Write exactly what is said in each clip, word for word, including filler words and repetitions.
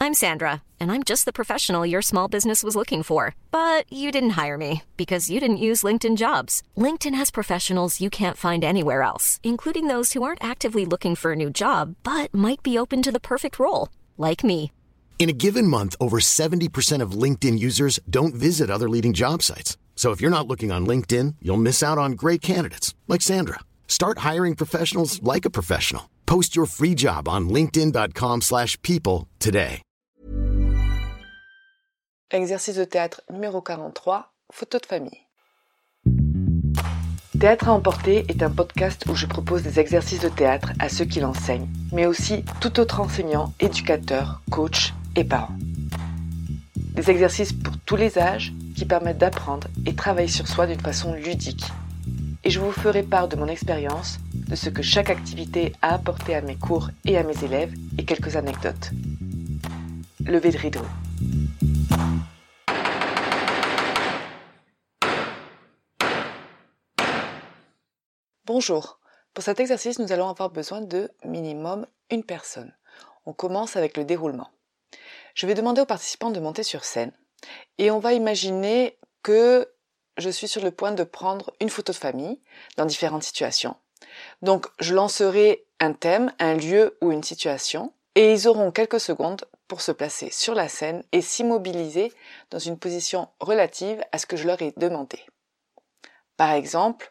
I'm Sandra, and I'm just the professional your small business was looking for. But you didn't hire me because you didn't use LinkedIn Jobs. LinkedIn has professionals you can't find anywhere else, including those who aren't actively looking for a new job, but might be open to the perfect role, like me. In a given month, over seventy percent of LinkedIn users don't visit other leading job sites. So if you're not looking on LinkedIn, you'll miss out on great candidates like Sandra. Start hiring professionals like a professional. Post your free job on linkedin.com slash people today. Exercice de théâtre numéro quarante-trois, photo de famille. Théâtre à emporter est un podcast où je propose des exercices de théâtre à ceux qui l'enseignent, mais aussi tout autre enseignant, éducateur, coach et parent. Des exercices pour tous les âges qui permettent d'apprendre et travailler sur soi d'une façon ludique. Et je vous ferai part de mon expérience, de ce que chaque activité a apporté à mes cours et à mes élèves et quelques anecdotes. Levée de rideau. Bonjour. Pour cet exercice, nous allons avoir besoin de minimum une personne. On commence avec le déroulement. Je vais demander aux participants de monter sur scène et on va imaginer que je suis sur le point de prendre une photo de famille dans différentes situations. Donc, je lancerai un thème, un lieu ou une situation et ils auront quelques secondes pour se placer sur la scène et s'immobiliser dans une position relative à ce que je leur ai demandé. Par exemple,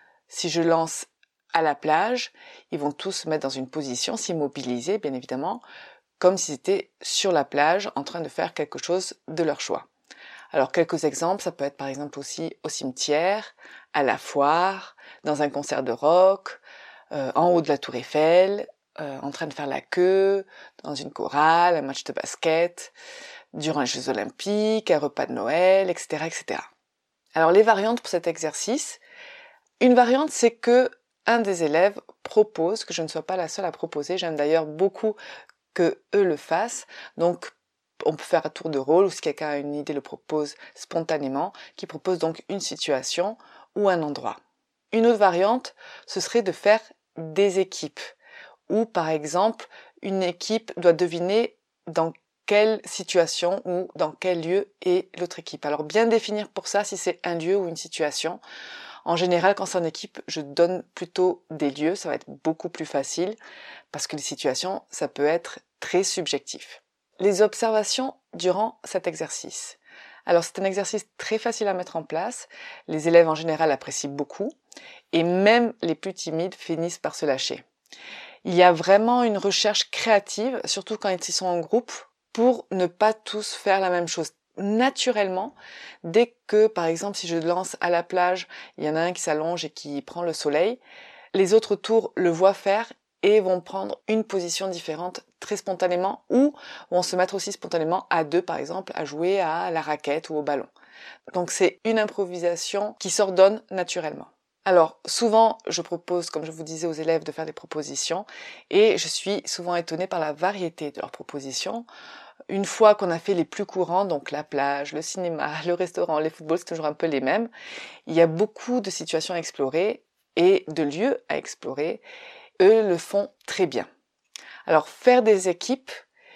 si je lance à la plage, ils vont tous se mettre dans une position, s'immobiliser bien évidemment, comme s'ils étaient sur la plage en train de faire quelque chose de leur choix. Alors quelques exemples, ça peut être par exemple aussi au cimetière, à la foire, dans un concert de rock, euh, en haut de la tour Eiffel, euh, en train de faire la queue, dans une chorale, un match de basket, durant les Jeux Olympiques, un repas de Noël, et cetera, et cetera. Alors les variantes pour cet exercice, une variante c'est que un des élèves propose, que je ne sois pas la seule à proposer, j'aime d'ailleurs beaucoup que eux le fassent, donc on peut faire un tour de rôle ou si quelqu'un a une idée le propose spontanément, qui propose donc une situation ou un endroit. Une autre variante, ce serait de faire des équipes, où par exemple une équipe doit deviner dans quelle situation ou dans quel lieu est l'autre équipe. Alors bien définir pour ça si c'est un lieu ou une situation. En général, quand c'est en équipe, je donne plutôt des lieux, ça va être beaucoup plus facile, parce que les situations, ça peut être très subjectif. Les observations durant cet exercice. Alors c'est un exercice très facile à mettre en place, les élèves en général apprécient beaucoup, et même les plus timides finissent par se lâcher. Il y a vraiment une recherche créative, surtout quand ils sont en groupe, pour ne pas tous faire la même chose. Naturellement, dès que, par exemple, si je lance à la plage, il y en a un qui s'allonge et qui prend le soleil, les autres tours le voient faire et vont prendre une position différente très spontanément ou vont se mettre aussi spontanément à deux, par exemple, à jouer à la raquette ou au ballon. Donc c'est une improvisation qui s'ordonne naturellement. Alors, souvent, je propose, comme je vous disais aux élèves, de faire des propositions et je suis souvent étonnée par la variété de leurs propositions. Une fois qu'on a fait les plus courants, donc la plage, le cinéma, le restaurant, les footballs, c'est toujours un peu les mêmes, il y a beaucoup de situations à explorer et de lieux à explorer. Eux le font très bien. Alors, faire des équipes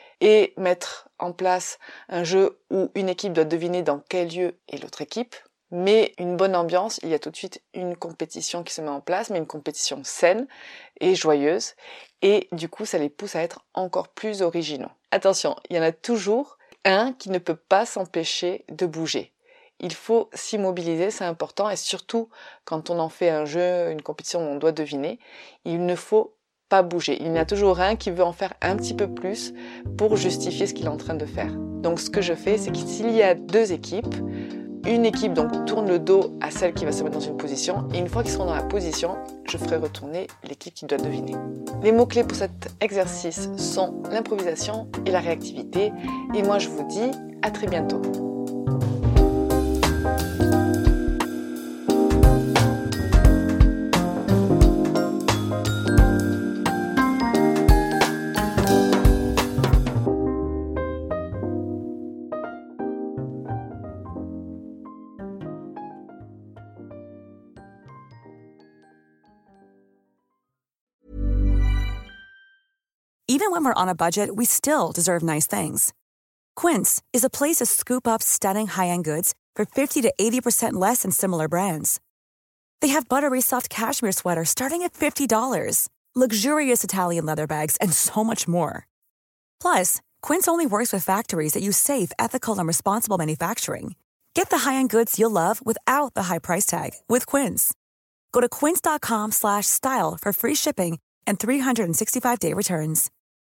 et mettre en place un jeu où une équipe doit deviner dans quel lieu est l'autre équipe, mais une bonne ambiance, il y a tout de suite une compétition qui se met en place, mais une compétition saine et joyeuse, et du coup ça les pousse à être encore plus originaux. Attention, il y en a toujours un qui ne peut pas s'empêcher de bouger. Il faut s'immobiliser, c'est important, et surtout quand on en fait un jeu, une compétition où on doit deviner, il ne faut pas bouger. Il y en a toujours un qui veut en faire un petit peu plus pour justifier ce qu'il est en train de faire. Donc ce que je fais, c'est que s'il y a deux équipes, une équipe donc tourne le dos à celle qui va se mettre dans une position et une fois qu'ils seront dans la position, je ferai retourner l'équipe qui doit deviner. Les mots-clés pour cet exercice sont l'improvisation et la réactivité et moi je vous dis à très bientôt. Even when we're on a budget, we still deserve nice things. Quince is a place to scoop up stunning high-end goods for fifty to eighty percent less than similar brands. They have buttery soft cashmere sweaters starting at fifty dollars, luxurious Italian leather bags, and so much more. Plus, Quince only works with factories that use safe, ethical, and responsible manufacturing. Get the high-end goods you'll love without the high price tag with Quince. Go to quince.com slash style for free shipping and three sixty-five day returns.